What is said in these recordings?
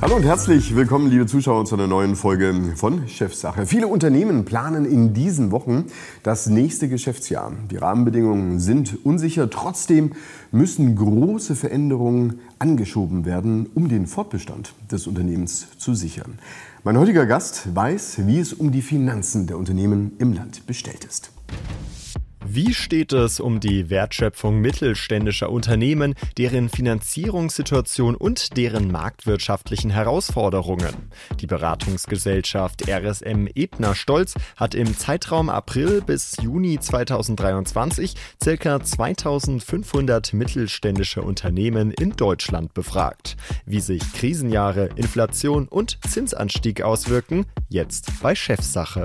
Hallo und herzlich willkommen, liebe Zuschauer, zu einer neuen Folge von Chefsache. Viele Unternehmen planen in diesen Wochen das nächste Geschäftsjahr. Die Rahmenbedingungen sind unsicher. Trotzdem müssen große Veränderungen angeschoben werden, um den Fortbestand des Unternehmens zu sichern. Mein heutiger Gast weiß, wie es um die Finanzen der Unternehmen im Land bestellt ist. Wie steht es um die Wertschöpfung mittelständischer Unternehmen, deren Finanzierungssituation und deren marktwirtschaftlichen Herausforderungen? Die Beratungsgesellschaft RSM Ebner-Stolz hat im Zeitraum April bis Juni 2023 ca. 2500 mittelständische Unternehmen in Deutschland befragt. Wie sich Krisenjahre, Inflation und Zinsanstieg auswirken, jetzt bei Chefsache.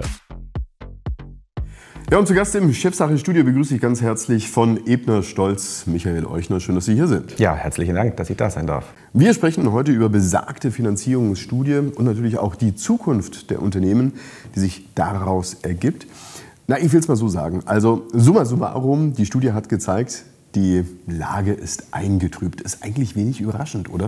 Ja, und zu Gast im Chefsache-Studio begrüße ich ganz herzlich von Ebner-Stolz Michael Euchner. Schön, dass Sie hier sind. Ja, herzlichen Dank, dass ich da sein darf. Wir sprechen heute über besagte Finanzierungsstudie und natürlich auch die Zukunft der Unternehmen, die sich daraus ergibt. Na, ich will es mal so sagen. Also summa summarum, die Studie hat gezeigt, die Lage ist eingetrübt. Ist eigentlich wenig überraschend, oder?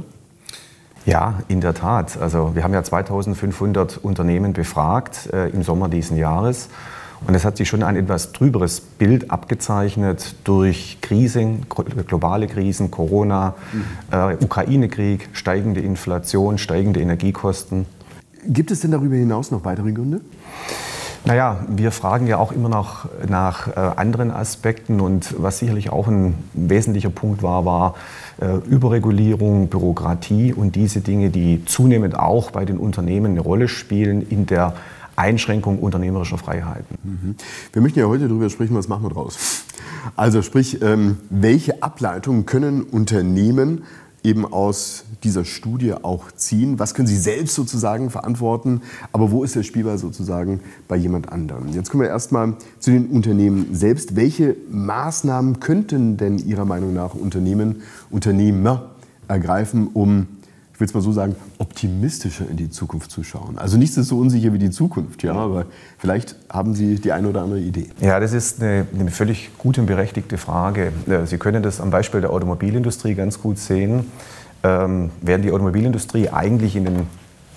Ja, in der Tat. Also wir haben ja 2500 Unternehmen befragt im Sommer diesen Jahres. Und es hat sich schon ein etwas trüberes Bild abgezeichnet durch Krisen, globale Krisen, Corona, Ukraine-Krieg, steigende Inflation, steigende Energiekosten. Gibt es denn darüber hinaus noch weitere Gründe? Naja, wir fragen ja auch immer noch nach anderen Aspekten. Und was sicherlich auch ein wesentlicher Punkt war Überregulierung, Bürokratie und diese Dinge, die zunehmend auch bei den Unternehmen eine Rolle spielen in der Einschränkung unternehmerischer Freiheiten. Wir möchten ja heute darüber sprechen, was machen wir draus? Also sprich, welche Ableitungen können Unternehmen eben aus dieser Studie auch ziehen? Was können sie selbst sozusagen verantworten? Aber wo ist der Spielball sozusagen bei jemand anderem? Jetzt kommen wir erstmal zu den Unternehmen selbst. Welche Maßnahmen könnten denn Ihrer Meinung nach Unternehmer ergreifen, um, ich will es mal so sagen, optimistischer in die Zukunft zu schauen? Also nichts ist so unsicher wie die Zukunft, ja, aber vielleicht haben Sie die eine oder andere Idee. Ja, das ist eine völlig gute und berechtigte Frage. Sie können das am Beispiel der Automobilindustrie ganz gut sehen. Während die Automobilindustrie eigentlich in den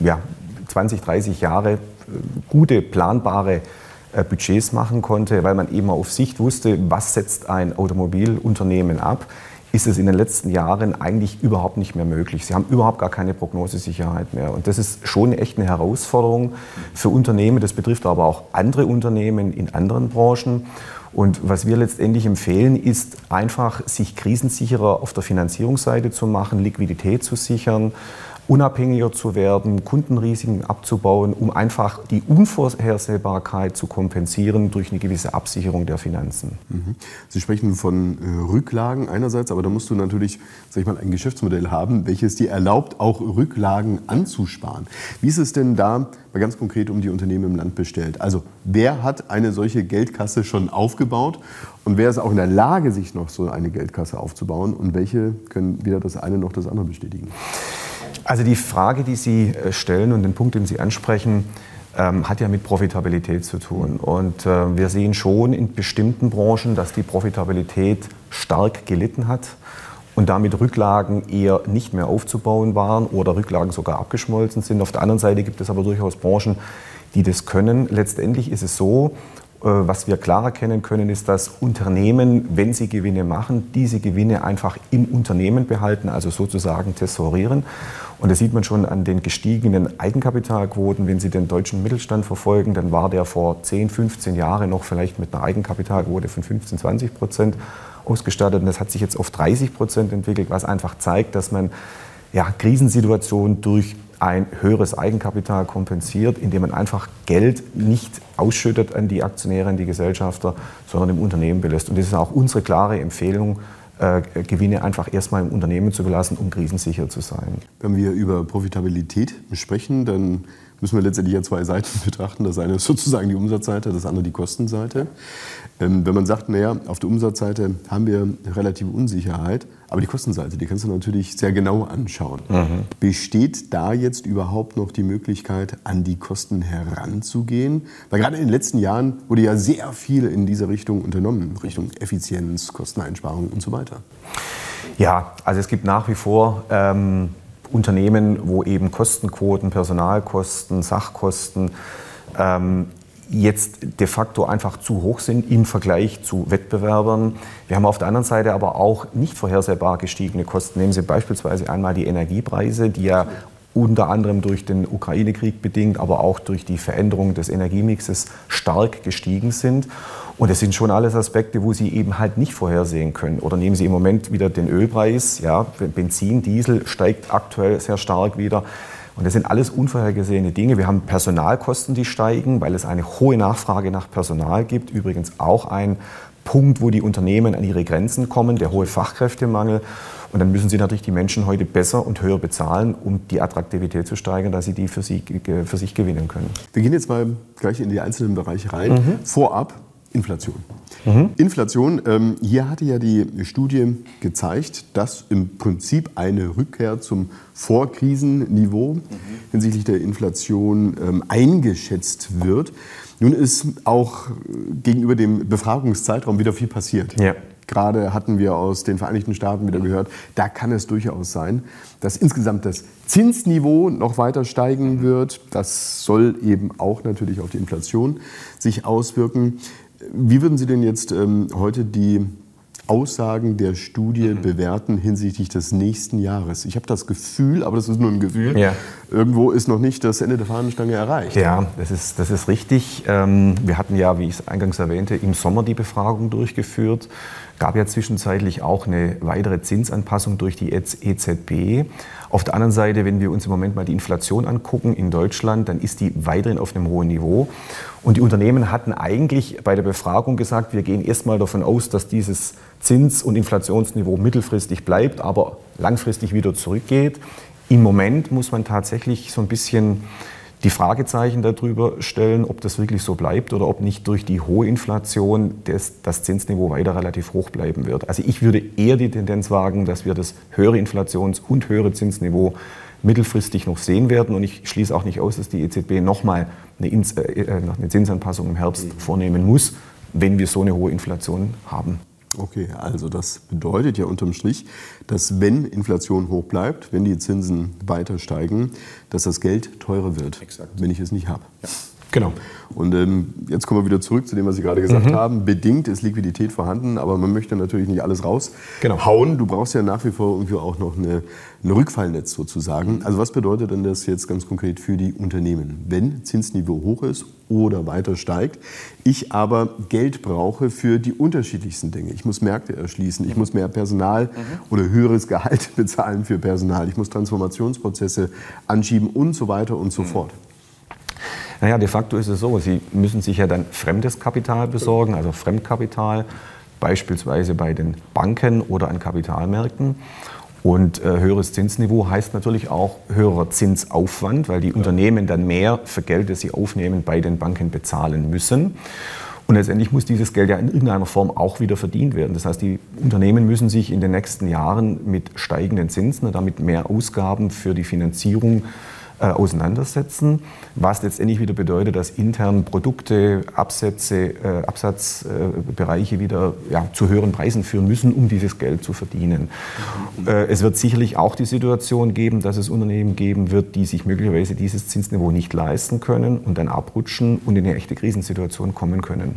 20, 30 Jahre gute, planbare Budgets machen konnte, weil man eben auf Sicht wusste, was setzt ein Automobilunternehmen ab, ist es in den letzten Jahren eigentlich überhaupt nicht mehr möglich. Sie haben überhaupt gar keine Prognosesicherheit mehr. Und das ist schon echt eine Herausforderung für Unternehmen. Das betrifft aber auch andere Unternehmen in anderen Branchen. Und was wir letztendlich empfehlen, ist einfach, sich krisensicherer auf der Finanzierungsseite zu machen, Liquidität zu sichern, unabhängiger zu werden, Kundenrisiken abzubauen, um einfach die Unvorhersehbarkeit zu kompensieren durch eine gewisse Absicherung der Finanzen. Sie sprechen von Rücklagen einerseits, aber da musst du natürlich, sag ich mal, ein Geschäftsmodell haben, welches dir erlaubt, auch Rücklagen anzusparen. Wie ist es denn da mal ganz konkret um die Unternehmen im Land bestellt? Also wer hat eine solche Geldkasse schon aufgebaut und wer ist auch in der Lage, sich noch so eine Geldkasse aufzubauen und welche können weder das eine noch das andere bestätigen? Also die Frage, die Sie stellen und den Punkt, den Sie ansprechen, hat ja mit Profitabilität zu tun. Und wir sehen schon in bestimmten Branchen, dass die Profitabilität stark gelitten hat und damit Rücklagen eher nicht mehr aufzubauen waren oder Rücklagen sogar abgeschmolzen sind. Auf der anderen Seite gibt es aber durchaus Branchen, die das können. Letztendlich ist es so, was wir klar erkennen können, ist, dass Unternehmen, wenn sie Gewinne machen, diese Gewinne einfach im Unternehmen behalten, also sozusagen tesorieren. Und das sieht man schon an den gestiegenen Eigenkapitalquoten. Wenn Sie den deutschen Mittelstand verfolgen, dann war der vor 10, 15 Jahren noch vielleicht mit einer Eigenkapitalquote von 15-20% ausgestattet. Und das hat sich jetzt auf 30% entwickelt, was einfach zeigt, dass man Krisensituationen durch ein höheres Eigenkapital kompensiert, indem man einfach Geld nicht ausschüttet an die Aktionäre, an die Gesellschafter, sondern im Unternehmen belässt. Und das ist auch unsere klare Empfehlung, Gewinne einfach erstmal im Unternehmen zu belassen, um krisensicher zu sein. Wenn wir über Profitabilität sprechen, dann müssen wir letztendlich ja zwei Seiten betrachten. Das eine ist sozusagen die Umsatzseite, das andere die Kostenseite. Wenn man sagt, naja, auf der Umsatzseite haben wir relative Unsicherheit, aber die Kostenseite, die kannst du natürlich sehr genau anschauen. Besteht da jetzt überhaupt noch die Möglichkeit, an die Kosten heranzugehen? Weil gerade in den letzten Jahren wurde ja sehr viel in dieser Richtung unternommen, Richtung Effizienz, Kosteneinsparung und so weiter. Ja, also es gibt nach wie vor Unternehmen, wo eben Kostenquoten, Personalkosten, Sachkosten jetzt de facto einfach zu hoch sind im Vergleich zu Wettbewerbern. Wir haben auf der anderen Seite aber auch nicht vorhersehbar gestiegene Kosten. Nehmen Sie beispielsweise einmal die Energiepreise, die ja unter anderem durch den Ukraine-Krieg bedingt, aber auch durch die Veränderung des Energiemixes stark gestiegen sind. Und das sind schon alles Aspekte, wo Sie eben halt nicht vorhersehen können. Oder nehmen Sie im Moment wieder den Ölpreis. Ja, Benzin, Diesel steigt aktuell sehr stark wieder. Und das sind alles unvorhergesehene Dinge. Wir haben Personalkosten, die steigen, weil es eine hohe Nachfrage nach Personal gibt. Übrigens auch ein Punkt, wo die Unternehmen an ihre Grenzen kommen, der hohe Fachkräftemangel. Und dann müssen sie natürlich die Menschen heute besser und höher bezahlen, um die Attraktivität zu steigern, dass sie die für sich gewinnen können. Wir gehen jetzt mal gleich in die einzelnen Bereiche rein. Vorab Inflation. Inflation, hier hatte ja die Studie gezeigt, dass im Prinzip eine Rückkehr zum Vorkrisenniveau hinsichtlich der Inflation eingeschätzt wird. Nun ist auch gegenüber dem Befragungszeitraum wieder viel passiert. Ja. Gerade hatten wir aus den Vereinigten Staaten wieder gehört, da kann es durchaus sein, dass insgesamt das Zinsniveau noch weiter steigen wird. Das soll eben auch natürlich auf die Inflation sich auswirken. Wie würden Sie denn jetzt heute die Aussagen der Studie bewerten hinsichtlich des nächsten Jahres? Ich habe das Gefühl, aber das ist nur ein Gefühl, irgendwo ist noch nicht das Ende der Fahnenstange erreicht. Ja, das ist richtig. Wir hatten ja, wie ich es eingangs erwähnte, im Sommer die Befragung durchgeführt. Gab ja zwischenzeitlich auch eine weitere Zinsanpassung durch die EZB. Auf der anderen Seite, wenn wir uns im Moment mal die Inflation angucken in Deutschland, dann ist die weiterhin auf einem hohen Niveau. Und die Unternehmen hatten eigentlich bei der Befragung gesagt, wir gehen erstmal davon aus, dass dieses Zins- und Inflationsniveau mittelfristig bleibt, aber langfristig wieder zurückgeht. Im Moment muss man tatsächlich so ein bisschen die Fragezeichen darüber stellen, ob das wirklich so bleibt oder ob nicht durch die hohe Inflation das Zinsniveau weiter relativ hoch bleiben wird. Also ich würde eher die Tendenz wagen, dass wir das höhere Inflations- und höhere Zinsniveau mittelfristig noch sehen werden. Und ich schließe auch nicht aus, dass die EZB nochmal eine Zinsanpassung im Herbst vornehmen muss, wenn wir so eine hohe Inflation haben. Okay, also das bedeutet ja unterm Strich, dass wenn Inflation hoch bleibt, wenn die Zinsen weiter steigen, dass das Geld teurer wird, wenn ich es nicht habe. Ja. Genau. Und jetzt kommen wir wieder zurück zu dem, was Sie gerade gesagt haben. Bedingt ist Liquidität vorhanden, aber man möchte natürlich nicht alles raushauen. Genau. Du brauchst ja nach wie vor irgendwie auch noch ein Rückfallnetz sozusagen. Also was bedeutet denn das jetzt ganz konkret für die Unternehmen? Wenn Zinsniveau hoch ist oder weiter steigt, ich aber Geld brauche für die unterschiedlichsten Dinge. Ich muss Märkte erschließen, ich muss mehr Personal oder höheres Gehalt bezahlen für Personal, ich muss Transformationsprozesse anschieben und so weiter und so fort. Naja, de facto ist es so, Sie müssen sich ja dann fremdes Kapital besorgen, also Fremdkapital, beispielsweise bei den Banken oder an Kapitalmärkten. Und höheres Zinsniveau heißt natürlich auch höherer Zinsaufwand, weil die Unternehmen dann mehr für Geld, das sie aufnehmen, bei den Banken bezahlen müssen. Und letztendlich muss dieses Geld ja in irgendeiner Form auch wieder verdient werden. Das heißt, die Unternehmen müssen sich in den nächsten Jahren mit steigenden Zinsen und damit mehr Ausgaben für die Finanzierung auseinandersetzen, was letztendlich wieder bedeutet, dass intern Produkte, Absatzbereiche wieder zu höheren Preisen führen müssen, um dieses Geld zu verdienen. Es wird sicherlich auch die Situation geben, dass es Unternehmen geben wird, die sich möglicherweise dieses Zinsniveau nicht leisten können und dann abrutschen und in eine echte Krisensituation kommen können.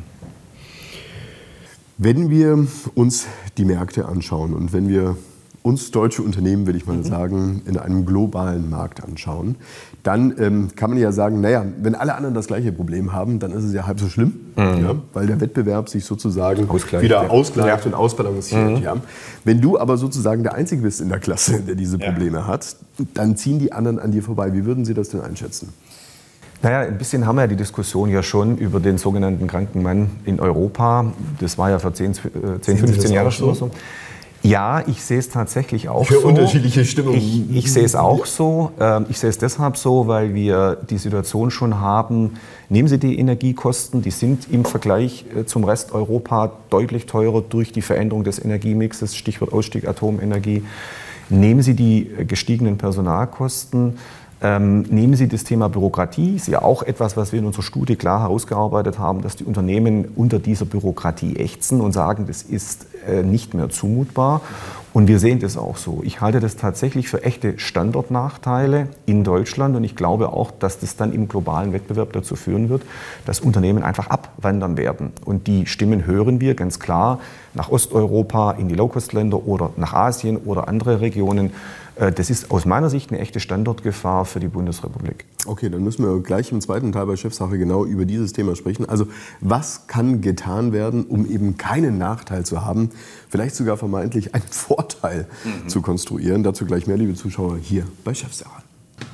Wenn wir uns die Märkte anschauen und wenn wir uns deutsche Unternehmen, würde ich mal sagen, in einem globalen Markt anschauen, dann kann man ja sagen, naja, wenn alle anderen das gleiche Problem haben, dann ist es ja halb so schlimm, ja, weil der Wettbewerb sich sozusagen wieder ausgleicht und ausbalanciert. Ja. Wenn du aber sozusagen der Einzige bist in der Klasse, der diese Probleme hat, dann ziehen die anderen an dir vorbei. Wie würden Sie das denn einschätzen? Naja, ein bisschen haben wir ja die Diskussion ja schon über den sogenannten kranken Mann in Europa. Das war ja vor 10, 15 Jahren schon so. Ja, ich sehe es tatsächlich auch so. Für unterschiedliche Stimmungen. Ich sehe es auch so. Ich sehe es deshalb so, weil wir die Situation schon haben, nehmen Sie die Energiekosten, die sind im Vergleich zum Rest Europa deutlich teurer durch die Veränderung des Energiemixes, Stichwort Ausstieg Atomenergie. Nehmen Sie die gestiegenen Personalkosten. Nehmen Sie das Thema Bürokratie, ist ja auch etwas, was wir in unserer Studie klar herausgearbeitet haben, dass die Unternehmen unter dieser Bürokratie ächzen und sagen, das ist nicht mehr zumutbar. Und wir sehen das auch so. Ich halte das tatsächlich für echte Standortnachteile in Deutschland und ich glaube auch, dass das dann im globalen Wettbewerb dazu führen wird, dass Unternehmen einfach abwandern werden. Und die Stimmen hören wir ganz klar nach Osteuropa, in die Low-Cost-Länder oder nach Asien oder andere Regionen. Das ist aus meiner Sicht eine echte Standortgefahr für die Bundesrepublik. Okay, dann müssen wir gleich im zweiten Teil bei Chefsache genau über dieses Thema sprechen. Also was kann getan werden, um eben keinen Nachteil zu haben, vielleicht sogar vermeintlich einen Vorteil zu konstruieren? Dazu gleich mehr, liebe Zuschauer, hier bei Chefsache.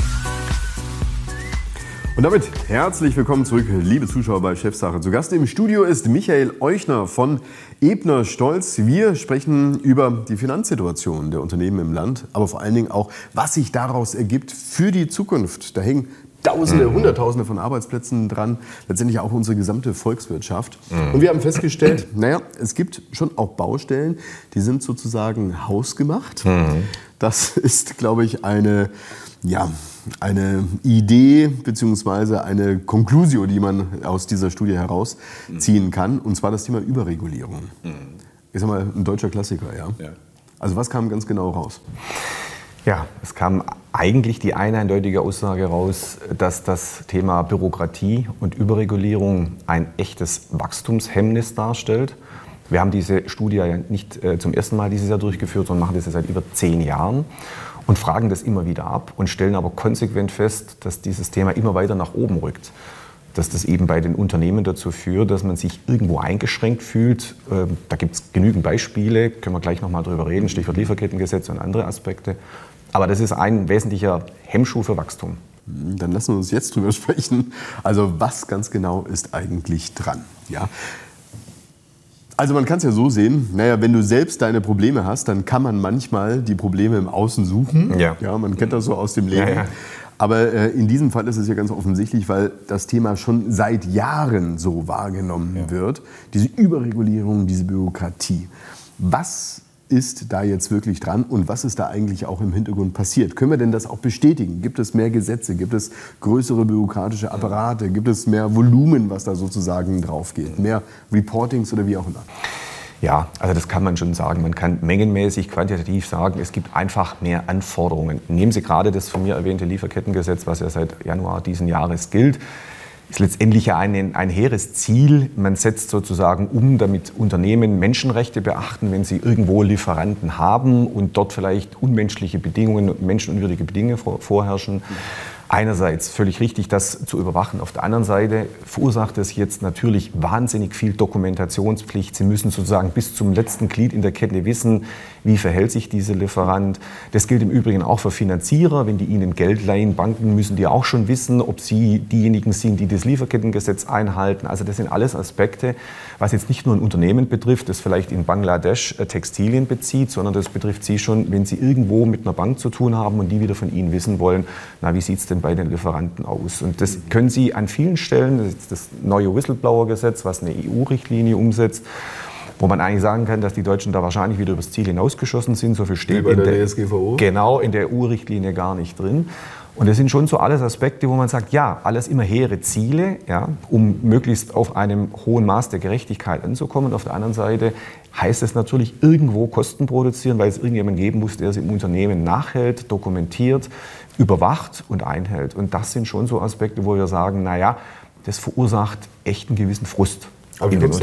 Und damit herzlich willkommen zurück, liebe Zuschauer bei Chefsache. Zu Gast im Studio ist Michael Euchner von Ebner Stolz. Wir sprechen über die Finanzsituation der Unternehmen im Land, aber vor allen Dingen auch, was sich daraus ergibt für die Zukunft. Da hängen Tausende, Hunderttausende von Arbeitsplätzen dran, letztendlich auch unsere gesamte Volkswirtschaft. Und wir haben festgestellt, es gibt schon auch Baustellen, die sind sozusagen hausgemacht. Das ist, glaube ich, eine Idee bzw. eine Konklusio, die man aus dieser Studie herausziehen kann, und zwar das Thema Überregulierung. Ich sag mal, ein deutscher Klassiker, ja? Also was kam ganz genau raus? Ja, es kam eigentlich die eindeutige Aussage raus, dass das Thema Bürokratie und Überregulierung ein echtes Wachstumshemmnis darstellt. Wir haben diese Studie ja nicht zum ersten Mal dieses Jahr durchgeführt, sondern machen das ja seit über 10 Jahren. Und fragen das immer wieder ab und stellen aber konsequent fest, dass dieses Thema immer weiter nach oben rückt. Dass das eben bei den Unternehmen dazu führt, dass man sich irgendwo eingeschränkt fühlt. Da gibt es genügend Beispiele, können wir gleich nochmal drüber reden, Stichwort Lieferkettengesetz und andere Aspekte. Aber das ist ein wesentlicher Hemmschuh für Wachstum. Dann lassen wir uns jetzt drüber sprechen. Also was ganz genau ist eigentlich dran? Ja. Also man kann es ja so sehen, wenn du selbst deine Probleme hast, dann kann man manchmal die Probleme im Außen suchen. Ja, man kennt das so aus dem Leben. Ja. Aber in diesem Fall ist es ja ganz offensichtlich, weil das Thema schon seit Jahren so wahrgenommen wird. Diese Überregulierung, diese Bürokratie. Was ist da jetzt wirklich dran und was ist da eigentlich auch im Hintergrund passiert? Können wir denn das auch bestätigen? Gibt es mehr Gesetze? Gibt es größere bürokratische Apparate? Gibt es mehr Volumen, was da sozusagen drauf geht? Mehr Reportings oder wie auch immer? Ja, also das kann man schon sagen. Man kann mengenmäßig, quantitativ sagen, es gibt einfach mehr Anforderungen. Nehmen Sie gerade das von mir erwähnte Lieferkettengesetz, was ja seit Januar diesen Jahres gilt. Ist letztendlich ja ein hehres Ziel. Man setzt sozusagen um, damit Unternehmen Menschenrechte beachten, wenn sie irgendwo Lieferanten haben und dort vielleicht unmenschliche Bedingungen, menschenunwürdige Bedingungen vorherrschen. Einerseits völlig richtig, das zu überwachen. Auf der anderen Seite verursacht es jetzt natürlich wahnsinnig viel Dokumentationspflicht. Sie müssen sozusagen bis zum letzten Glied in der Kette wissen, wie verhält sich dieser Lieferant. Das gilt im Übrigen auch für Finanzierer. Wenn die ihnen Geld leihen, Banken müssen die auch schon wissen, ob sie diejenigen sind, die das Lieferkettengesetz einhalten. Also das sind alles Aspekte, was jetzt nicht nur ein Unternehmen betrifft, das vielleicht in Bangladesch Textilien bezieht, sondern das betrifft Sie schon, wenn Sie irgendwo mit einer Bank zu tun haben und die wieder von Ihnen wissen wollen, na, wie sieht es denn bei den Lieferanten aus? Und das können Sie an vielen Stellen, das ist das neue Whistleblower-Gesetz, was eine EU-Richtlinie umsetzt, wo man eigentlich sagen kann, dass die Deutschen da wahrscheinlich wieder übers Ziel hinausgeschossen sind. So viel steht in der DSGVO. Genau, in der EU-Richtlinie gar nicht drin. Und das sind schon so alles Aspekte, wo man sagt, ja, alles immer hehre Ziele, ja, um möglichst auf einem hohen Maß der Gerechtigkeit anzukommen. Auf der anderen Seite heißt es natürlich irgendwo Kosten produzieren, weil es irgendjemanden geben muss, der es im Unternehmen nachhält, dokumentiert, überwacht und einhält. Und das sind schon so Aspekte, wo wir sagen, naja, das verursacht echt einen gewissen Frust. Aber wie kommst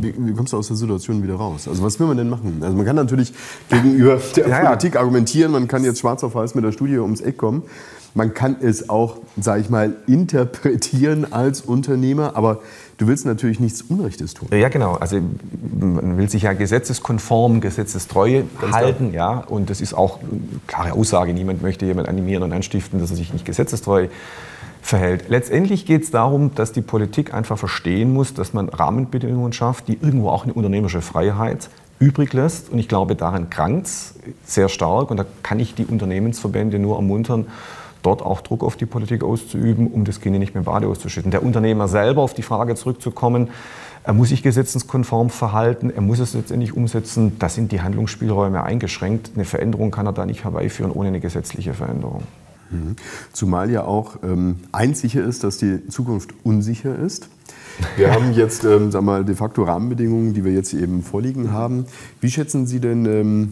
du aus der Situation wieder raus? Also was will man denn machen? Also man kann natürlich gegenüber der Politik argumentieren, man kann jetzt schwarz auf weiß mit der Studie ums Eck kommen. Man kann es auch, sage ich mal, interpretieren als Unternehmer, aber du willst natürlich nichts Unrechtes tun. Ja, genau. Also man will sich ja gesetzeskonform, gesetzestreu halten. Ja, und das ist auch eine klare Aussage. Niemand möchte jemanden animieren und anstiften, dass er sich nicht gesetzestreu verhält. Letztendlich geht es darum, dass die Politik einfach verstehen muss, dass man Rahmenbedingungen schafft, die irgendwo auch eine unternehmerische Freiheit übrig lässt. Und ich glaube, daran krankt es sehr stark. Und da kann ich die Unternehmensverbände nur ermuntern, dort auch Druck auf die Politik auszuüben, um das Kind nicht mehr im Bade auszuschütten. Der Unternehmer selber, auf die Frage zurückzukommen, er muss sich gesetzeskonform verhalten, er muss es letztendlich umsetzen. Da sind die Handlungsspielräume eingeschränkt. Eine Veränderung kann er da nicht herbeiführen ohne eine gesetzliche Veränderung. Zumal ja auch eins sicher ist, dass die Zukunft unsicher ist. Wir haben jetzt de facto Rahmenbedingungen, die wir jetzt eben vorliegen haben. Wie schätzen Sie denn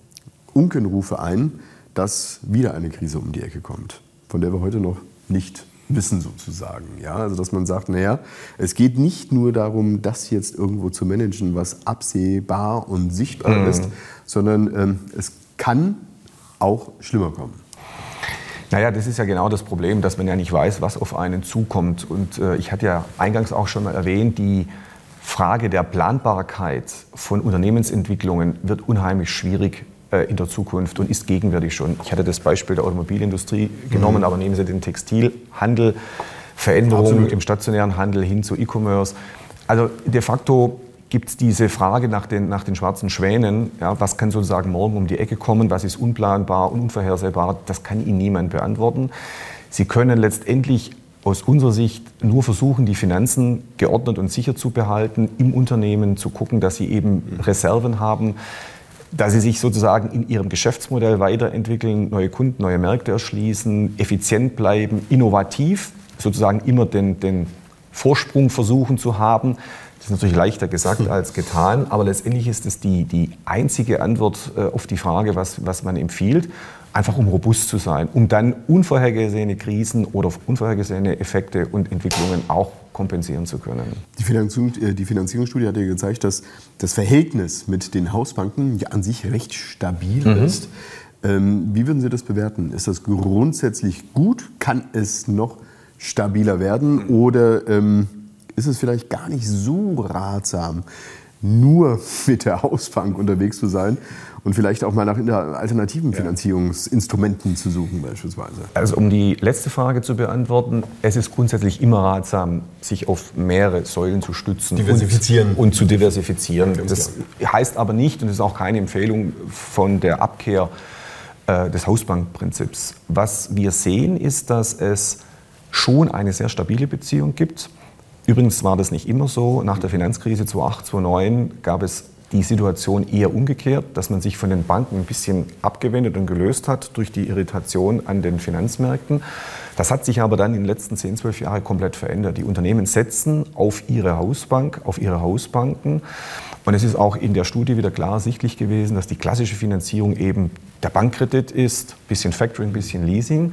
Unkenrufe ein, dass wieder eine Krise um die Ecke kommt, von der wir heute noch nicht wissen sozusagen? Ja, also dass man sagt, naja, es geht nicht nur darum, das jetzt irgendwo zu managen, was absehbar und sichtbar ist, sondern es kann auch schlimmer kommen. Naja, das ist ja genau das Problem, dass man ja nicht weiß, was auf einen zukommt. Und ich hatte ja eingangs auch schon mal erwähnt, die Frage der Planbarkeit von Unternehmensentwicklungen wird unheimlich schwierig in der Zukunft und ist gegenwärtig schon. Ich hatte das Beispiel der Automobilindustrie genommen, aber nehmen Sie den Textilhandel, Veränderungen im stationären Handel hin zu E-Commerce. Also de facto gibt es diese Frage nach den schwarzen Schwänen. Ja, was kann sozusagen morgen um die Ecke kommen? Was ist unplanbar und unvorhersehbar? Das kann Ihnen niemand beantworten. Sie können letztendlich aus unserer Sicht nur versuchen, die Finanzen geordnet und sicher zu behalten, im Unternehmen zu gucken, dass Sie eben Reserven haben, dass Sie sich sozusagen in Ihrem Geschäftsmodell weiterentwickeln, neue Kunden, neue Märkte erschließen, effizient bleiben, innovativ, sozusagen immer den Vorsprung versuchen zu haben. Das ist natürlich leichter gesagt als getan, aber letztendlich ist es die einzige Antwort auf die Frage, was man empfiehlt, einfach um robust zu sein, um dann unvorhergesehene Krisen oder unvorhergesehene Effekte und Entwicklungen auch kompensieren zu können. Die Finanzierungsstudie hat ja gezeigt, dass das Verhältnis mit den Hausbanken ja an sich recht stabil ist. Wie würden Sie das bewerten? Ist das grundsätzlich gut? Kann es noch stabiler werden? Oder ist es vielleicht gar nicht so ratsam, nur mit der Hausbank unterwegs zu sein und vielleicht auch mal nach alternativen Finanzierungsinstrumenten zu suchen beispielsweise? Also um die letzte Frage zu beantworten, es ist grundsätzlich immer ratsam, sich auf mehrere Säulen zu stützen und zu diversifizieren. Das heißt aber nicht, und das ist auch keine Empfehlung von der Abkehr des Hausbankprinzips. Was wir sehen, ist, dass es schon eine sehr stabile Beziehung gibt. Übrigens war das nicht immer so. Nach der Finanzkrise 2008, 2009 gab es die Situation eher umgekehrt, dass man sich von den Banken ein bisschen abgewendet und gelöst hat durch die Irritation an den Finanzmärkten. Das hat sich aber dann in den letzten 10, 12 Jahren komplett verändert. Die Unternehmen setzen auf ihre Hausbank, auf ihre Hausbanken. Und es ist auch in der Studie wieder klar ersichtlich gewesen, dass die klassische Finanzierung eben der Bankkredit ist, bisschen Factoring, bisschen Leasing.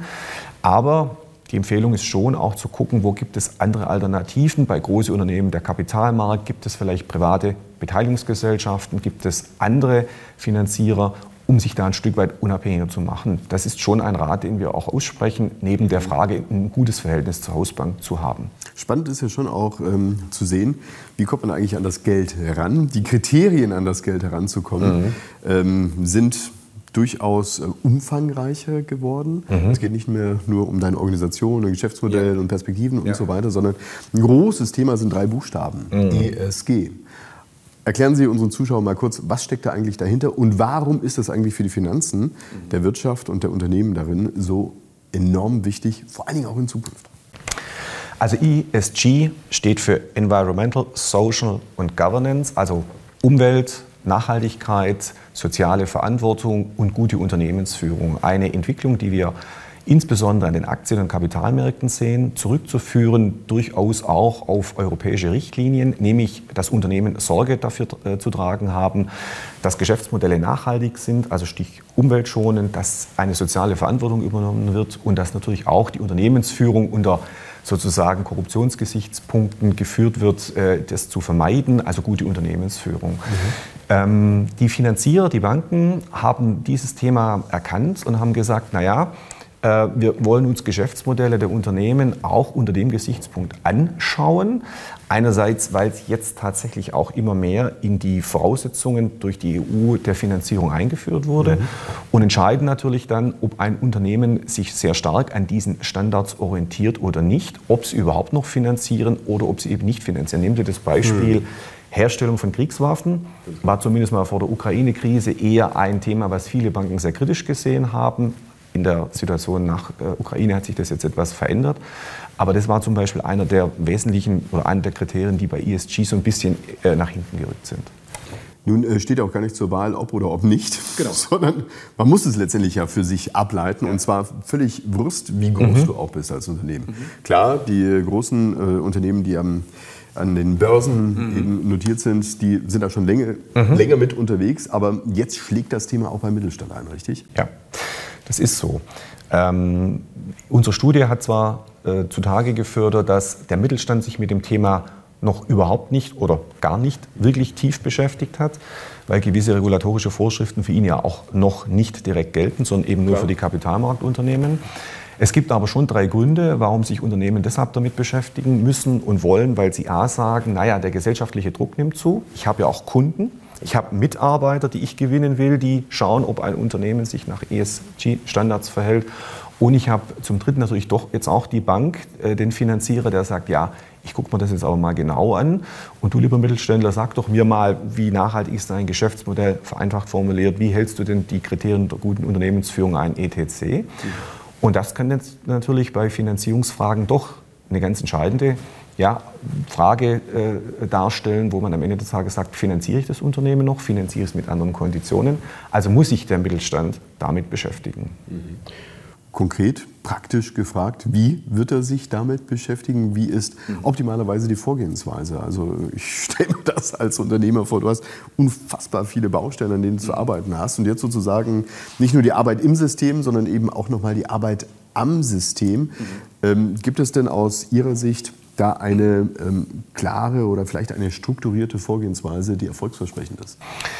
Aber die Empfehlung ist schon auch zu gucken, wo gibt es andere Alternativen. Bei großen Unternehmen der Kapitalmarkt, gibt es vielleicht private Beteiligungsgesellschaften, gibt es andere Finanzierer, um sich da ein Stück weit unabhängiger zu machen. Das ist schon ein Rat, den wir auch aussprechen, neben der Frage, ein gutes Verhältnis zur Hausbank zu haben. Spannend ist ja schon auch zu sehen, wie kommt man eigentlich an das Geld heran. Die Kriterien, an das Geld heranzukommen, sind durchaus umfangreicher geworden. Es geht nicht mehr nur um deine Organisation, ein Geschäftsmodell und Perspektiven und so weiter, sondern ein großes Thema sind 3 Buchstaben, ESG. Erklären Sie unseren Zuschauern mal kurz, was steckt da eigentlich dahinter und warum ist das eigentlich für die Finanzen der Wirtschaft und der Unternehmen darin so enorm wichtig, vor allen Dingen auch in Zukunft? Also ESG steht für Environmental, Social und Governance, also Umwelt, Nachhaltigkeit, soziale Verantwortung und gute Unternehmensführung. Eine Entwicklung, die wir insbesondere an den Aktien- und Kapitalmärkten sehen, zurückzuführen durchaus auch auf europäische Richtlinien, nämlich dass Unternehmen Sorge dafür zu tragen haben, dass Geschäftsmodelle nachhaltig sind, also Stich umweltschonend, dass eine soziale Verantwortung übernommen wird und dass natürlich auch die Unternehmensführung unter sozusagen Korruptionsgesichtspunkten geführt wird, das zu vermeiden, also gute Unternehmensführung. Die Finanzierer, die Banken, haben dieses Thema erkannt und haben gesagt, naja, wir wollen uns Geschäftsmodelle der Unternehmen auch unter dem Gesichtspunkt anschauen. Einerseits, weil es jetzt tatsächlich auch immer mehr in die Voraussetzungen durch die EU der Finanzierung eingeführt wurde. Und entscheiden natürlich dann, ob ein Unternehmen sich sehr stark an diesen Standards orientiert oder nicht, ob sie überhaupt noch finanzieren oder ob sie eben nicht finanzieren. Nehmen Sie das Beispiel Herstellung von Kriegswaffen, war zumindest mal vor der Ukraine-Krise eher ein Thema, was viele Banken sehr kritisch gesehen haben. In der Situation nach Ukraine hat sich das jetzt etwas verändert. Aber das war zum Beispiel einer der wesentlichen oder einer der Kriterien, die bei ESG so ein bisschen nach hinten gerückt sind. Nun steht auch gar nicht zur Wahl, ob oder ob nicht, sondern man muss es letztendlich ja für sich ableiten und zwar völlig Wurst, wie groß du auch bist als Unternehmen. Klar, die großen Unternehmen, die an den Börsen eben notiert sind, die sind da schon länger mit unterwegs, aber jetzt schlägt das Thema auch beim Mittelstand ein, richtig? Ja, das ist so. Unsere Studie hat zwar zutage gefördert, dass der Mittelstand sich mit dem Thema noch überhaupt nicht oder gar nicht wirklich tief beschäftigt hat, weil gewisse regulatorische Vorschriften für ihn ja auch noch nicht direkt gelten, sondern eben nur für die Kapitalmarktunternehmen. Es gibt aber schon 3 Gründe, warum sich Unternehmen deshalb damit beschäftigen müssen und wollen, weil sie A sagen, naja, der gesellschaftliche Druck nimmt zu, ich habe ja auch Kunden, ich habe Mitarbeiter, die ich gewinnen will, die schauen, ob ein Unternehmen sich nach ESG-Standards verhält. Und ich habe zum Dritten natürlich doch jetzt auch die Bank, den Finanzierer, der sagt, ja, ich gucke mir das jetzt aber mal genau an. Und du, lieber Mittelständler, sag doch mir mal, wie nachhaltig ist dein Geschäftsmodell, vereinfacht formuliert, wie hältst du denn die Kriterien der guten Unternehmensführung ein, etc. Und das kann jetzt natürlich bei Finanzierungsfragen doch eine ganz entscheidende Frage darstellen, wo man am Ende des Tages sagt, finanziere ich das Unternehmen noch, finanziere ich es mit anderen Konditionen? Also muss sich der Mittelstand damit beschäftigen. Konkret, praktisch gefragt, wie wird er sich damit beschäftigen? Wie ist optimalerweise die Vorgehensweise? Also ich stelle mir das als Unternehmer vor, du hast unfassbar viele Baustellen, an denen du zu arbeiten hast und jetzt sozusagen nicht nur die Arbeit im System, sondern eben auch nochmal die Arbeit am System. Gibt es denn aus Ihrer Sicht da eine klare oder vielleicht eine strukturierte Vorgehensweise, die erfolgsversprechend ist?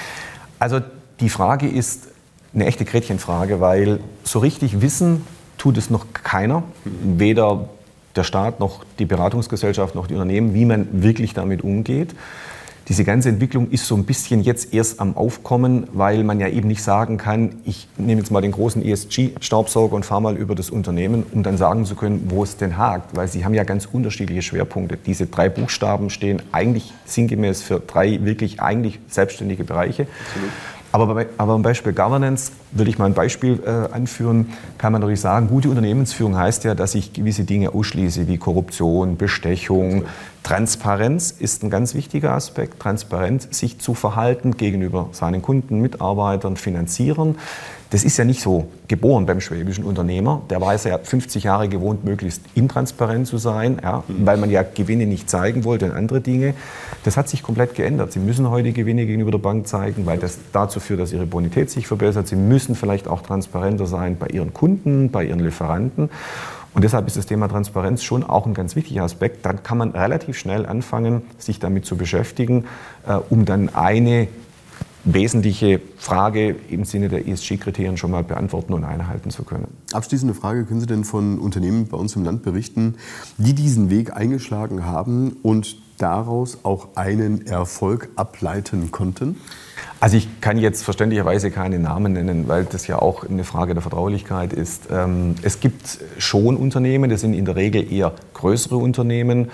Also die Frage ist eine echte Gretchenfrage, weil so richtig wissen tut es noch keiner, weder der Staat noch die Beratungsgesellschaft noch die Unternehmen, wie man wirklich damit umgeht. Diese ganze Entwicklung ist so ein bisschen jetzt erst am Aufkommen, weil man ja eben nicht sagen kann, ich nehme jetzt mal den großen ESG-Staubsauger und fahre mal über das Unternehmen, um dann sagen zu können, wo es denn hakt. Weil sie haben ja ganz unterschiedliche Schwerpunkte. Diese 3 Buchstaben stehen eigentlich sinngemäß für 3 wirklich eigentlich selbstständige Bereiche. Absolut. Aber beim Beispiel Governance will ich mal ein Beispiel anführen, kann man natürlich sagen, gute Unternehmensführung heißt ja, dass ich gewisse Dinge ausschließe, wie Korruption, Bestechung. Transparenz ist ein ganz wichtiger Aspekt, transparent sich zu verhalten gegenüber seinen Kunden, Mitarbeitern, Finanzierern. Das ist ja nicht so geboren beim schwäbischen Unternehmer. Der war ja 50 Jahre gewohnt, möglichst intransparent zu sein, weil man ja Gewinne nicht zeigen wollte und andere Dinge. Das hat sich komplett geändert. Sie müssen heute Gewinne gegenüber der Bank zeigen, weil das dazu führt, dass ihre Bonität sich verbessert. Sie müssen vielleicht auch transparenter sein bei ihren Kunden, bei ihren Lieferanten. Und deshalb ist das Thema Transparenz schon auch ein ganz wichtiger Aspekt. Dann kann man relativ schnell anfangen, sich damit zu beschäftigen, um dann eine wesentliche Frage im Sinne der ESG-Kriterien schon mal beantworten und einhalten zu können. Abschließende Frage, können Sie denn von Unternehmen bei uns im Land berichten, die diesen Weg eingeschlagen haben und daraus auch einen Erfolg ableiten konnten? Also ich kann jetzt verständlicherweise keine Namen nennen, weil das ja auch eine Frage der Vertraulichkeit ist. Es gibt schon Unternehmen, das sind in der Regel eher größere Unternehmen,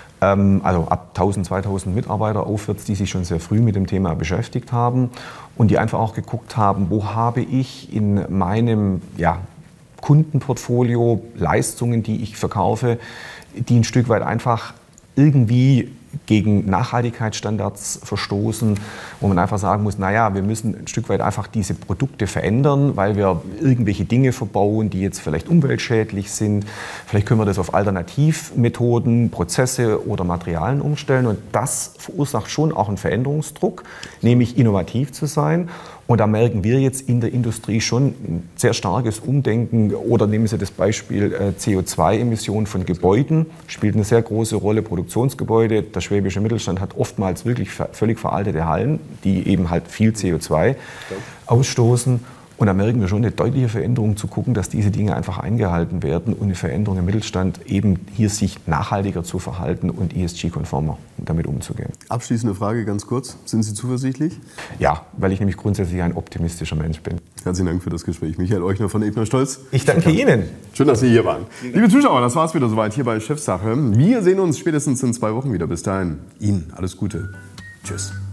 also ab 1000, 2000 Mitarbeiter aufwärts, die sich schon sehr früh mit dem Thema beschäftigt haben und die einfach auch geguckt haben, wo habe ich in meinem Kundenportfolio Leistungen, die ich verkaufe, die ein Stück weit einfach irgendwie gegen Nachhaltigkeitsstandards verstoßen, wo man einfach sagen muss, naja, wir müssen ein Stück weit einfach diese Produkte verändern, weil wir irgendwelche Dinge verbauen, die jetzt vielleicht umweltschädlich sind. Vielleicht können wir das auf Alternativmethoden, Prozesse oder Materialien umstellen und das verursacht schon auch einen Veränderungsdruck, nämlich innovativ zu sein. Und da merken wir jetzt in der Industrie schon ein sehr starkes Umdenken. Oder nehmen Sie das Beispiel CO2-Emissionen von Gebäuden, spielt eine sehr große Rolle, Produktionsgebäude. Der schwäbische Mittelstand hat oftmals wirklich völlig veraltete Hallen, die eben halt viel CO2 ausstoßen. Und da merken wir schon eine deutliche Veränderung zu gucken, dass diese Dinge einfach eingehalten werden und eine Veränderung im Mittelstand eben hier sich nachhaltiger zu verhalten und ESG-konformer damit umzugehen. Abschließende Frage ganz kurz. Sind Sie zuversichtlich? Ja, weil ich nämlich grundsätzlich ein optimistischer Mensch bin. Herzlichen Dank für das Gespräch. Michael Euchner von Ebner Stolz. Ich danke Ihnen. Schön, dass Sie hier waren. Liebe Zuschauer, das war's wieder soweit hier bei Chefsache. Wir sehen uns spätestens in 2 Wochen wieder. Bis dahin, Ihnen alles Gute. Tschüss.